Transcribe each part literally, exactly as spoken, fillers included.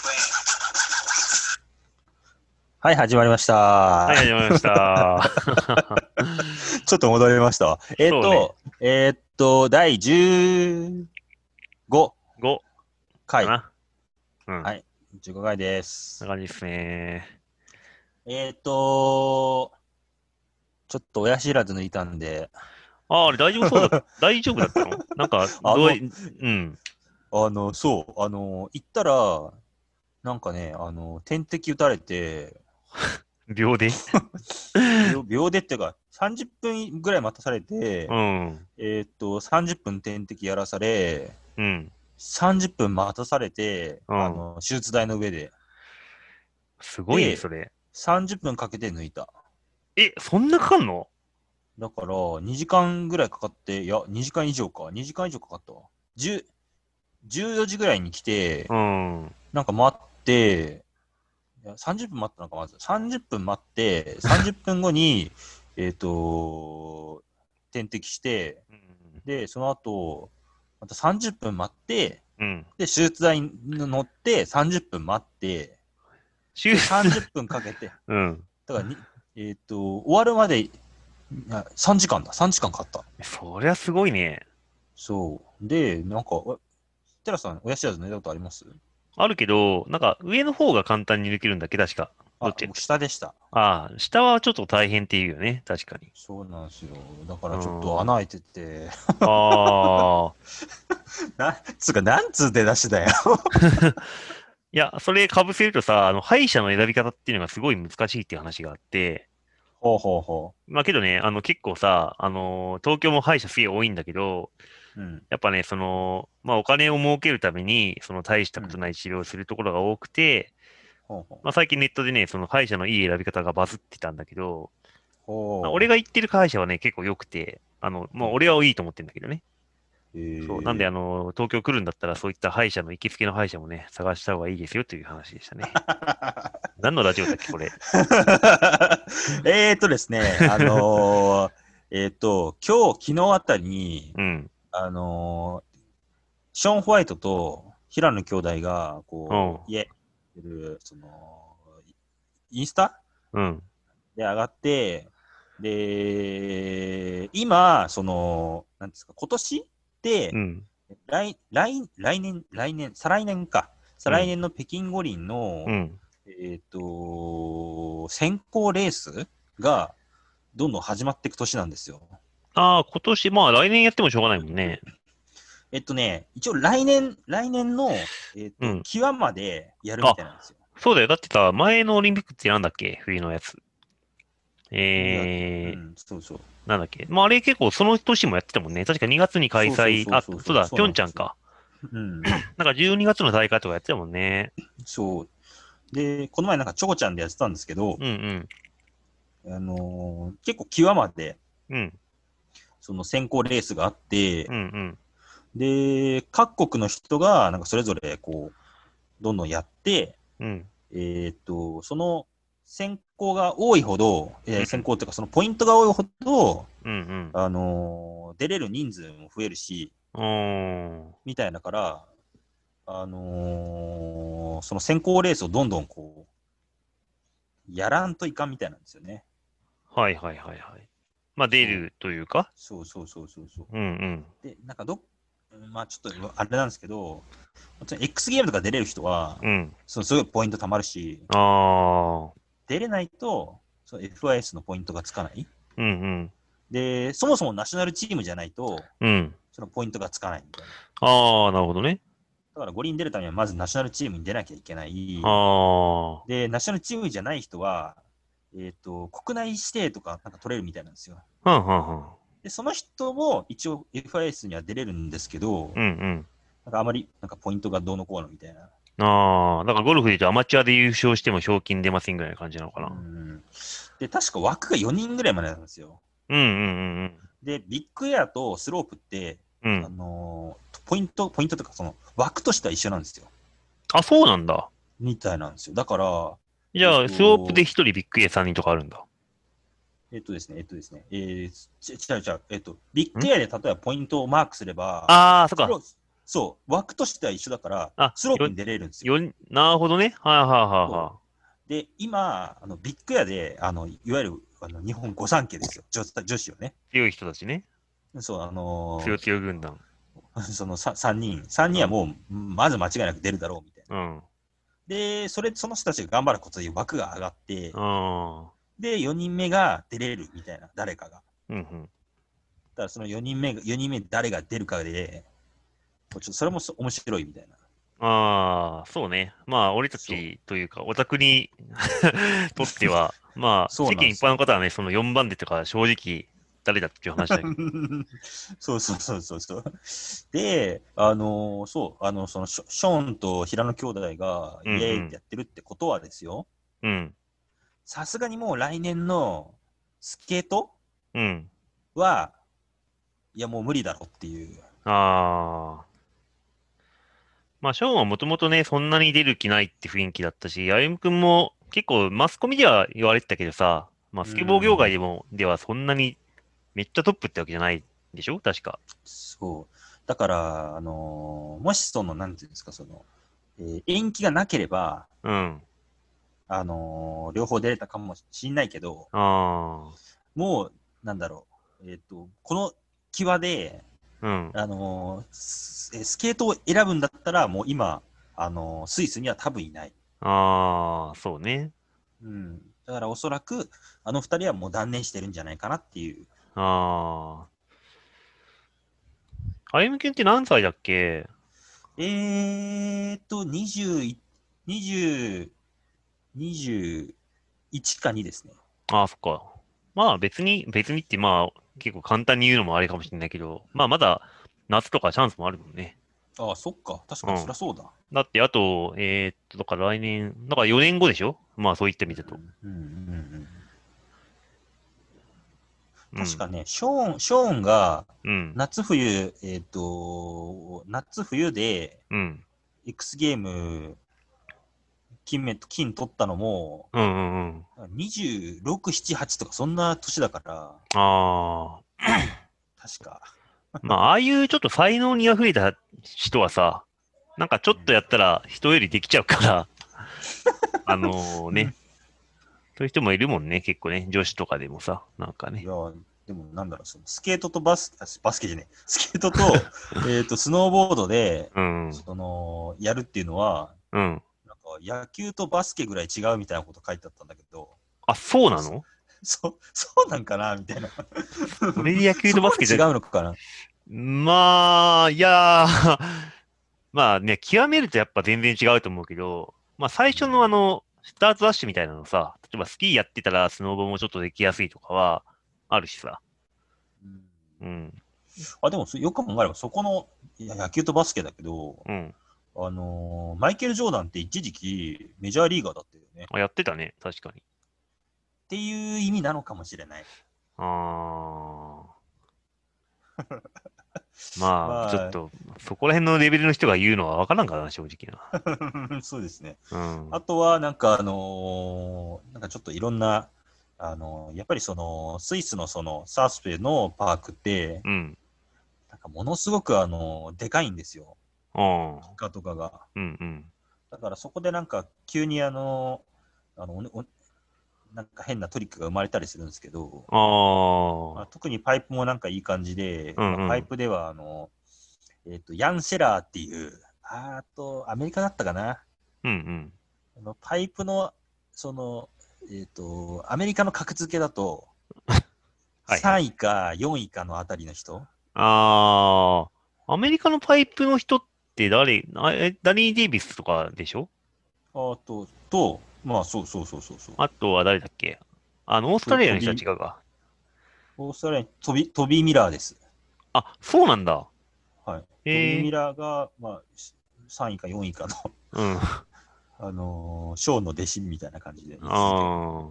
はい、始まりましはい、 た。 始まりました。 ちょっと戻りました。えっそうね。 と、えーっと、だいじゅうごごか回。 な。うん。 はい、じゅうごかいです。 こんな感じですね。 えっと、ちょっと親知らず抜いたんで、 ああ、あれ大丈夫そうだ、大丈夫だったのなんか、 あの、 どうい、うん。 あの、そう、あの、行ったら、なんかね、あの、点滴打たれて、 秒で秒、秒でっていうか、さんじゅっぷんぐらい待たされて、 うん。 えっと、さんじゅっぷん点滴やらされ、 うん。 さんじゅっぷん待たされて、 うん。 あの、手術台の上で。 すごいね、 で、 それ。 さんじゅっぷんかけて抜いた。 え、そんなかかんの？ だから、にじかんぐらいかかって、いや、にじかん以上か。にじかん以上かかったわ。じゅう、じゅうよじぐらいに来て、 うん。 なんか待って、いや、さんじゅっぷん待ったのか、まず。さんじゅっぷん待って、さんじゅっぷんごに、えっと、点滴して、 うん。 で、その後、またさんじゅっぷん待って、 うん。 で、手術台に乗ってさんじゅっぷん待って、で、 手術、 さんじゅっぷんかけて、 うん。 だからに、えっと、終わるまで、いやさんじかんだ。さんじかんかかった。 そりゃすごいね。 そう。で、なんか、おテラさん、親知らず抜いたことあります？ あるけど、なんか上の方が簡単に抜けるんだっけ確か。どっあ、僕ちやったっけ？ 下でした。 ああ、下はちょっと大変って言うよね。確かに。 そうなんですよ。だかうらちょっとん。 穴開いてて、 ああ。 な、つうか、なんつう出だしだよ。 いや、それ被せるとさ、あの、歯医者の選び方っていうのがすごい難しいっていう話があって、 ほうほうほまあけどね、あの、結構さ、あの、東京も歯医者すげえ多いんだけど、 う。うん。 やっぱね、その、まあお金を儲けるために、その大したことうん。 ない治療をするところが多くて、 ほうほう。 まあ最近ネットでね、その歯医者のいい選び方がバズってたんだけど、まあ、俺ほが行ってる歯医者はね、結構良くて、あの、 う。 まあほ俺はいいと思ってるんだけどね。 う。 そう。なんで、 えー。 あの、東京来るんだったら、そういった歯医者の行きつけの歯医者もね、探した方がいいですよという話でしたね。何のラジオだっけ、これ。 えーとですね、あのー、えーと、今日、昨日あたりに、 うん。 あのーショーン・ホワイトと平野兄弟が、 うん。 こう、家、る、その、インスタうん。 で上がって、で、今、その、なんですか、今年で、 うん。 来、来、来年、来年、再来年か。再うん。 来年の北京五輪の、 うん。 えっと、選考レースがどんどん始まっていく年なんですよ。 ああ、今年、まあ来年やってもしょうがないもんね。 えっとね、一応来年、来年の、えっと、 うん。 際までやるみあ、 たいなんですよ。 そうだよ。だってさ、前のオリンピックってなんだっけ冬のやつ。 いや、うえー、 ん、そうそう。 なんだっけ。まああれ結構その年もやってたもんね。確かにがつに開そうそう催。あ、 そうそうそう、 そうだ、ピョそうなんですよ。 ンチャンか。 うん、 なんかじゅうにがつの大会とかやってたもんね。 そう。で、この前なんかチョコちゃんでやってたんですけど、 うんうん。 あのー結構際まで、 うん。 その選考レースがあって、 うんうん。 で、各国の人が、なんかそれぞれ、こう、どんどんやって、 うん。 えーっと、その選考が多いほど、えー選うん。 考っていうか、そのポイントが多いほど、 うんあのー出れる人数も増えるし、 うん。うーん。 みたいだから、あのーその選考レースをどんどんこう、やらんといかんみたいなんですよね。 はいはいはいはい。まあ出そう。 るというか。 そうそうそうそうそう。 うんうん。 で、なんかど、まあちょっとあれなんですけど、X ゲームとか出れる人は、 うん。 そのすごいポイント貯まるし、 ああ。 出れないと、その エフアイエス のポイントがつかない。 うんうん。 で、そもそもナショナルチームじゃないと、 うん。 そのポイントがつかないみたいな。 ああ、なるほどね。 だから五輪出るためにはまずナショナルチームに出なきゃいけない。 ああ。 で、ナショナルチームじゃない人は、えっ、と、国内指定とかなんか取れるみたいなんですよ。 はんはんはん。 で、その人も一応 エフアイエス には出れるんですけど、 うんうん。 なんかあまりなんかポイントがどうのこうのみたいな。 ああ、だからゴルフで言うとアマチュアで優勝しても賞金出ませんぐらいな感じなのかうな。 ん。で、確か枠がよにんぐらいまでなんですよ。 うんうんうんで、ビッグエアとスロープって、 うん。うあん。 のーポイント、ポイントとか、その枠としては一緒なんですよ。 あ、そうなんだ。 みたいなんですよ。だから、えっじゃあ、スロープでと、 一人ビッグエーさんにんとかあるんだ。 えっとですね、えっとですね、えー、ち、ちゃうちゃう、えっと、ビッんグエアで例えばポイントをマークすれば、 ああー、そっか。 スロー、 そう、枠としては一緒だから、 あ、 スロープに出れるんですよ。 よ、なるほどね。はいはいはいはで、今、あのビッグエアで、あのいわゆるあの日本御三家ですよ、女女子をね。 い。強い人たちね。 そう、あの強強軍団。 ーその さんにん、さんにんはもう、まず間違いなく出るだろうみたいな。 うん。 で、それ、その人たちが頑張ることで枠が上がって、 ああ。 で、よにんめが出れるみたいな、誰かが。 うんうん。 だからそのよにんめが、よにんめ誰が出るかで、ちょっとそれもそ面白いみたいな。 ああ、そうね。まあ、俺たそう。 ちというか、オタクにとっては、まあ、世間一そうなんですよ。 般の方はね、そのよんばん手とか正直、誰だっていう話だけど。 そうそうそうそうそう。で、あのーそう、あの、そのショ、ショーンと平野兄弟がうんうイエーイってん。 やってるってことはですよ、 うん。 さすがにもう来年のスケートうん。 は、いやもう無理だろっていう。 ああ。まあ、ショーンはもともとね、そんなに出る気ないって雰囲気だったし、歩夢君も結構マスコミでは言われてたけどさ、まあ、 うスケボー業界ん、 でも、ではそんなにめっちゃトップってわけじゃないでしょ確か。 そう。だから、あのーもしその、なんていうんですか、その、えー延期がなければ、 うん。 あのー両方出れたかもしんないけど、 あもう、なんだろう、えっ、と、この際で、 あ。うん。 あのーススケートを選ぶんだったら、もう今、あのースイスには多分いない。 ああ、そうね。 うん。だからおそらく、あの二人はもう断念してるんじゃないかなっていう。 ああ。歩夢君って何歳だっけ？ えーっと、にじゅう、にじゅう、にじゅういちかにですね。 ああ、そっか。まあ別に、別にってまあ結構簡単に言うのもあれかもしれないけど、まあまだ夏とかチャンスもあるもんね。 ああ、そっか。確かにそりうん。 ゃそうだ。 だってあと、えーっと、だから来年、だからよねんごでしょまあそう言ってみると。 うんうんうんうん。 うん。 確かね、ショーン、ショーンがうん。 夏冬、えっ、と、夏冬でうん。 X ゲーム金メ、金取ったのも、 うんうんうん。 にじゅうろく、なな、はちとかそんな年だから、 ああ。 確か。 まあああいうちょっと才能に溢れた人はさ、なんかちょっとやったら人よりできちゃうから、あのうん、 ね、そういう人もいるもんね、結構ね。女子とかでもさ、なんかね。 いや、でもなんだろう、そのスケートとバス、あバスケじゃねえ、スケートと、えっと、スノーボードで、 うん。 その、やるっていうのは、 うん。 なんか野球とバスケぐらい違うみたいなこと書いてあったんだけど、 あ、そうなの？ そ、そうなんかなみたいな。 それで野球そこまで違とバスケじゃ、 うのかな。 まあ、いやーまあね、極めるとやっぱ全然違うと思うけど、まあ最初のあの、スタートダッシュみたいなのさ、例えばスキーやってたらスノボもちょっとできやすいとかはあるしさ。 うん、 うん。 あ、でもそよく考えれば、そこのいや野球とバスケだけど、 うん。 あのーマイケル・ジョーダンって一時期メジャーリーガーだったよね。っあ、やってたね、確かに。 ていう意味なのかもしれない。 あー。まあ、ちょっまと、そこら辺のレベルの人が言うのはわからんからな、正直な。 あ、そうですね。 うん。 あとは、なんか、あのーなんかちょっといろんな、あのーやっぱりその、スイスのその、サースペのパークって、 うん。 なんかものすごく、あのーでかいんですよ。 ああ。 丘とかが。 うんうん。 だからそこでなんか、急にあのーあの、おおなんか変なトリックが生まれたりするんですけど、 ああ。 まあ、特にパイプもなんかいい感じで、まあ、パイうんうん。 プでは、あの、えっ、と、ヤン・シェラーっていう、ああと、アメリカだったかな。 うんうん。 あのパイプの、その、えっ、と、アメリカの格付けだと、3 はいはい。 位かよんいかのあたりの人。 ああ。アメリカのパイプの人って誰、あえ、ダニー・デイビスとかでしょ？ あと、と、まあ、そうそうそうそうそう。 あとは誰だっけ？あの、オーストと、 ラリアの人はトビー、 違うか。 オーストラリア、トビ、トビー・ミラーです。 あ、そうなんだ。 はい。トビー・へえ。 ミラーが、まあ、さんいかよんいかの、 うん。ああのーショーの弟子みたいな感じで位置づけ。 あ。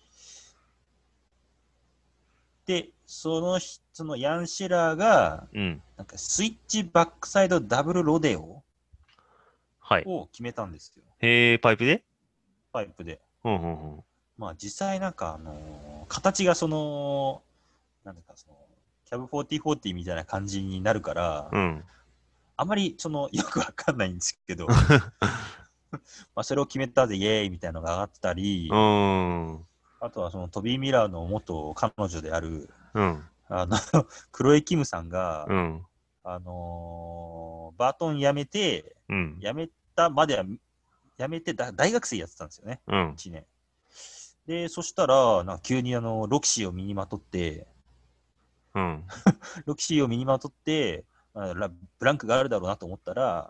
で、その人そのヤン・シェラーが、 うん。 なんかスイッチバックサイドダブルロデオはい。 を決めたんですよ。 へえ、パイプで？ パイプで。 うんうんうん。 まあ実際なんかあのー形がその、なんだかその、キャブフォーティーフォーティーみたいな感じになるから、 うん。 あまりそのよくわかんないんですけど、まあそれを決めたぜ、イエーイみたいなのが上がってたり、 うーん。 あとはそのトビー・ミラーの元彼女である、 うん。 あのクロエ・キムさんが、 うん。 あのーバートン辞めて、 うん。 辞めたまでは、辞めてだ大学生やってたんですよね、 うん。 いちねん。で、そしたら、なんか急にあのロキシーを身にまとって、 うん。 ロキシーを身にまとって、あラブランクがあるだろうなと思ったら、 うん。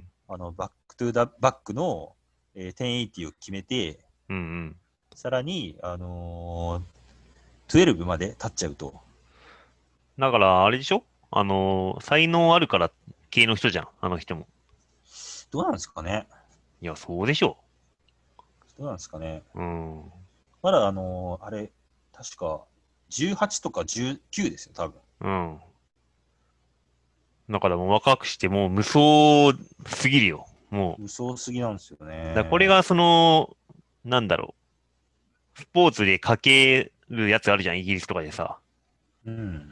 あのバックトゥーダバックの、えー、じゅうはちじゅうを決めて、 うん。うん。 さらに、あのーじゅうにまで立っちゃうと。 だから、あれでしょあのー、才能あるから系の人じゃん、あの人も。 どうなんですかね。 いや、そうでしょどうなんですかね。 う。うん。 まだ、あのーあれ、確かじゅうはちとかじゅうきゅうですよ、多分。 うん。だからもう若くしてもう無双すぎるよ。も無双すぎなんですよう。だからこれね。 がその、なんだろう。スポーツでかけるやつあるじゃん、イギリスとかでさ。 うん。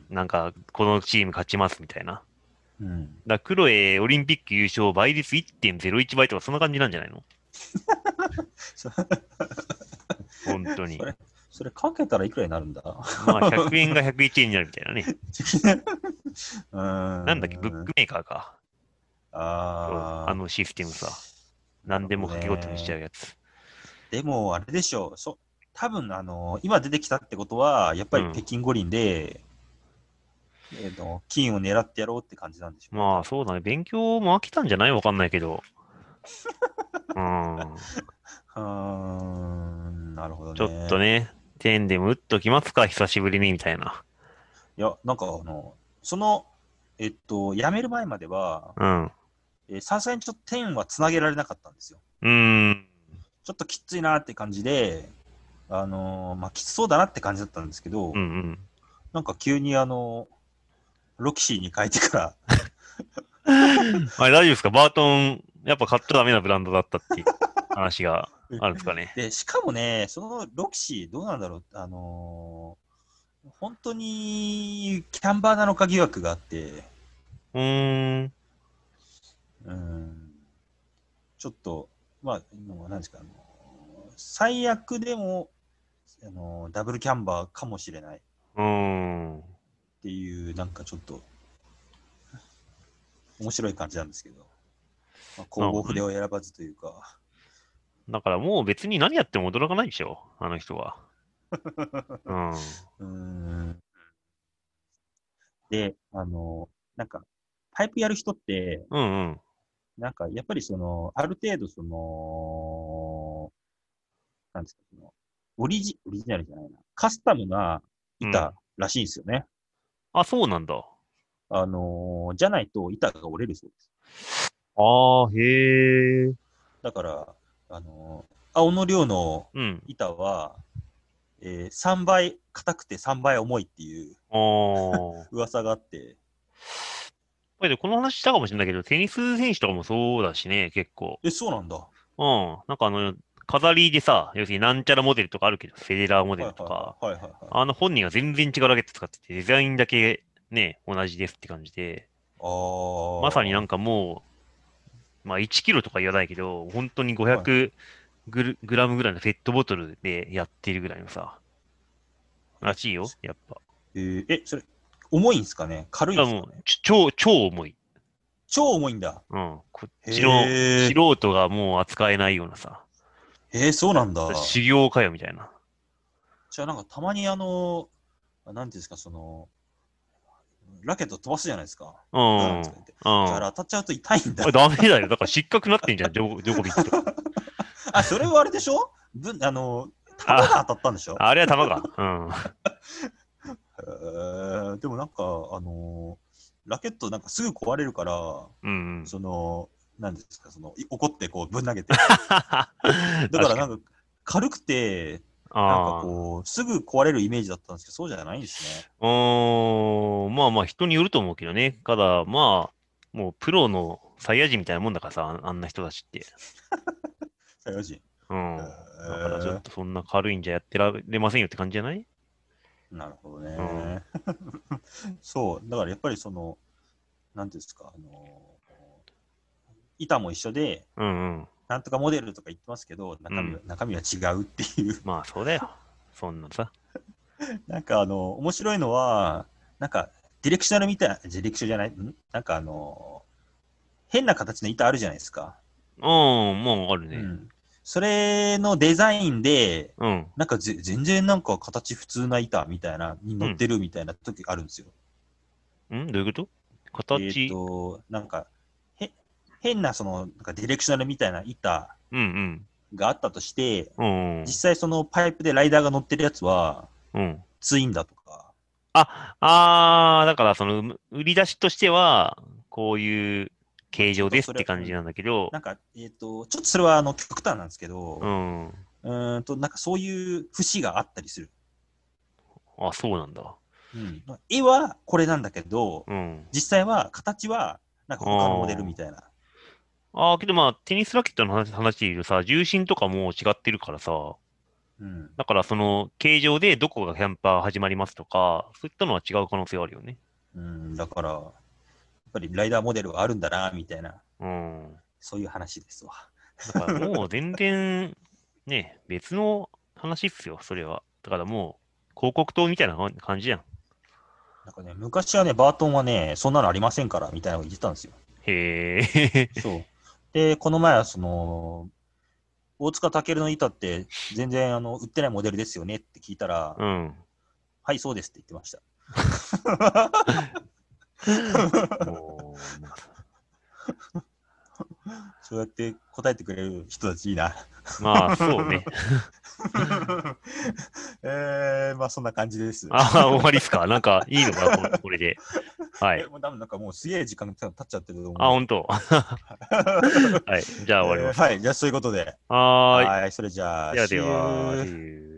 なんか、このチーム勝ちますみたいな。 うん。 だからクロエオリンピック優勝倍率いってんゼロいちばいとかそんな感じなんじゃないの？ そ本当に。 それ、それかけたらいくらになるんだ。 まあひゃくえんがひゃくいちえんになるみたいなね。 うーなんだっけ、ブッん。 クメーカーか。そうああのシステムさ。 ー、なるほど何でも掛け事にしちゃうね。 やつ。 でも、あれでしょう。そ多分あの今出てきたってことは、やっぱり北うん。 京五輪で、えーと、金を狙ってやろうって感じなんでしょうね、多分。 まあそうだね。勉強も飽きたんじゃない？わかんないけど。うん。 うーん、なるほどちょっとね。 ね、点でも打っときますか、久しぶりにみたいな。 いや、なんかあの、その、えっと、辞める前までは、 うん。うえーさすがにちょっと点はつなげられなかったんですよ。 ーん。 ちょっときついなって感じで、あのーまあ、きつそうだなって感じだったんですけど、 うんうん。 なんか急にあの、ロキシーに変えてからあれ大丈夫ですか？バートン、やっぱ買っちゃダメなブランドだったっていう話があるんですかね。 で、しかもね、そのロキシー、どうなんだろう、あのー本当にキャンバーなのか疑惑があって、 うーん。 うん、ちょっと、まあ、もうなんですか、あの最悪でも、あのダブルキャンバーかもしれないっうーん。 ていう、なんかちょっと面白い感じなんですけど、まあ、 なるほどね。 交互筆を選ばずというか、 だからもう別に何やっても驚かないでしょ、あの人は。うん。 うーん。で、あの、なんか、パイプやる人って、 うんうん。 なんか、やっぱりその、ある程度、その、なんですか、その、オリジ、オリジナルじゃないな、カスタムなうん。 板らしいんですよね。 あ、そうなんだ。 あの、じゃないと板が折れるそうです。 ああ、へえ。 だから、あの、青の量のうん。 板は、えー、さんばい硬くてさんばい重いっていうああ。 噂があって、 これでこの話したかもしれないけど、テニス選手とかもそうだしね、結構。 え、そうなんだ。はうん。なんかあの、飾りでさ、要するになんちゃらモデルとかあるけど、フェデラーモデいはいルとか、 はいはいはいはい。 あの本人が全然違うラケット使ってて、デザインだけね、同じですって感じで、 ああ、 まさになんかもう、まあいちキロとか言わないけど、本当にはい。 ごひゃくグル、グラムぐらいのペットボトルでやってるぐらいのさ、らえ、 しいよ、やっぱ。 えーえ、それ、重いんすかね、軽いんあ、もう、 すかね、 ち超、超重い。 超重いんだ。 うん。こっちの素へえ、 人がもう扱えないようなさ、 へえ、そうなんだ。 修行かよみたいな。 じゃあなんかたまにあの、なんていうんですか、その、ラケット飛ばすじゃないですか。 うん。 バーンとか言って。 うん。 じゃああれ当たっちゃうと痛いんだ。 あダメだよ。だから失格になってんじゃん、ジョ、ジョコビッチとか。 あ、それはあれでしょぶあの、球があ、 当たったんでしょ。 あれは玉か。うん。 へーでもなんか、あのーラケットなんかすぐ壊れるから、 うんうん。 その、なんですか、その、い怒ってこうぶん投げて。だか確かに。 らなんか、軽くて、なんかああ。 こう、すぐ壊れるイメージだったんですけど、そうじゃないんですね。 うーん。まあまあ人によると思うけどね。ただ、まあ、もうプロのサイヤ人みたいなもんだからさ、ああんな人たちって。 サイヤ人。 うん。だからちょっへとそんな軽いんじゃやってられませんよって感じじゃない？ ーなるほどうん。 ね。そう、だからやっぱりその、なんていうんですか、あのー板も一緒で、 うんうん。 なんとかモデルとか言ってますけど、中身は、 うん、 中身は違うっていう。 まあ、そうだよ。そんなさ。 なんかあの、面白いのは、なんか、ディレクショナルみたいな、ディレクションじゃないんなんかあの、変な形の板あるじゃないですか。 うん、もうあるね。 うん。それのデザインで、 うん、 なんかぜ全然なんか形普通な板みたいな、にうん。 乗ってるみたいな時あるんですよ。 んどういうことえっ、 形。 と、なんか、へ、変なその、なんかディレクショナルみたいな板うんがあったとして、 うん。うん。 実際そのパイプでライダーが乗ってるやつは、 うん。 ツインだとか、 あ、あー、だからその、売り出しとしては、こういうまあ、 形状ですっちょっとそれ、 て感じなんうん、 だけど、 なんか、えっ、と、ちょっとそれはあの極端なんですけど、 うん。 うーんと、なんかそういう節があったりする。 あ、そうなんだ。 うん。絵はこれなんだけど、 うん。 実際は形はなんか他のモデルみあたいな。 あ。ああ、けどまあ、テニスラケットの話、話で言うとさ、重心とかも違ってるからさ、 うん。 だからその、形状でどこがキャンパー始まりますとか、そういったのは違う可能性があるよね。 うん、だから、やっぱりライダーモデルがあるんだな、みたいな、 うん。 そういう話ですわ。 だからもう全然、ね、別の話っすよ、それは。だからもう、広告塔みたいな感じじゃん。 なんかね、昔はね、バートンはね、そんなのありませんから、みたいなのを言ってたんですよ。 へえ。 そう。で、この前はその、大塚健の板って全然あの売ってないモデルですよねって聞いたら、 うん。 はい、そうですって言ってました。 もう、まあ、 そうやって答えてくれる人たちいいな。 まあそうね。 えー、まあそんな感じです。 ああ、終わりっすか。なんかいいのかな、これ、これで。はえ、 い。 もう多分なんかもうすげえ時間経っちゃってるとあ、 思う。 本当。はい。じゃあ終わりえー、 ますか。 はい、じゃあそういうことで。 はーい。 はい、それじゃあ、 では See では、See you! you